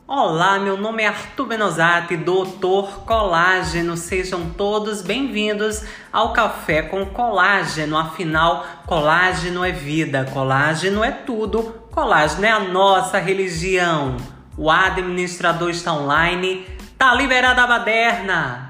Olá, meu nome é Arthur Benozati, Doutor Colágeno. Sejam todos bem-vindos ao Café com Colágeno. Afinal, colágeno é vida, colágeno é tudo, colágeno é a nossa religião. O administrador está online, tá liberada a baderna!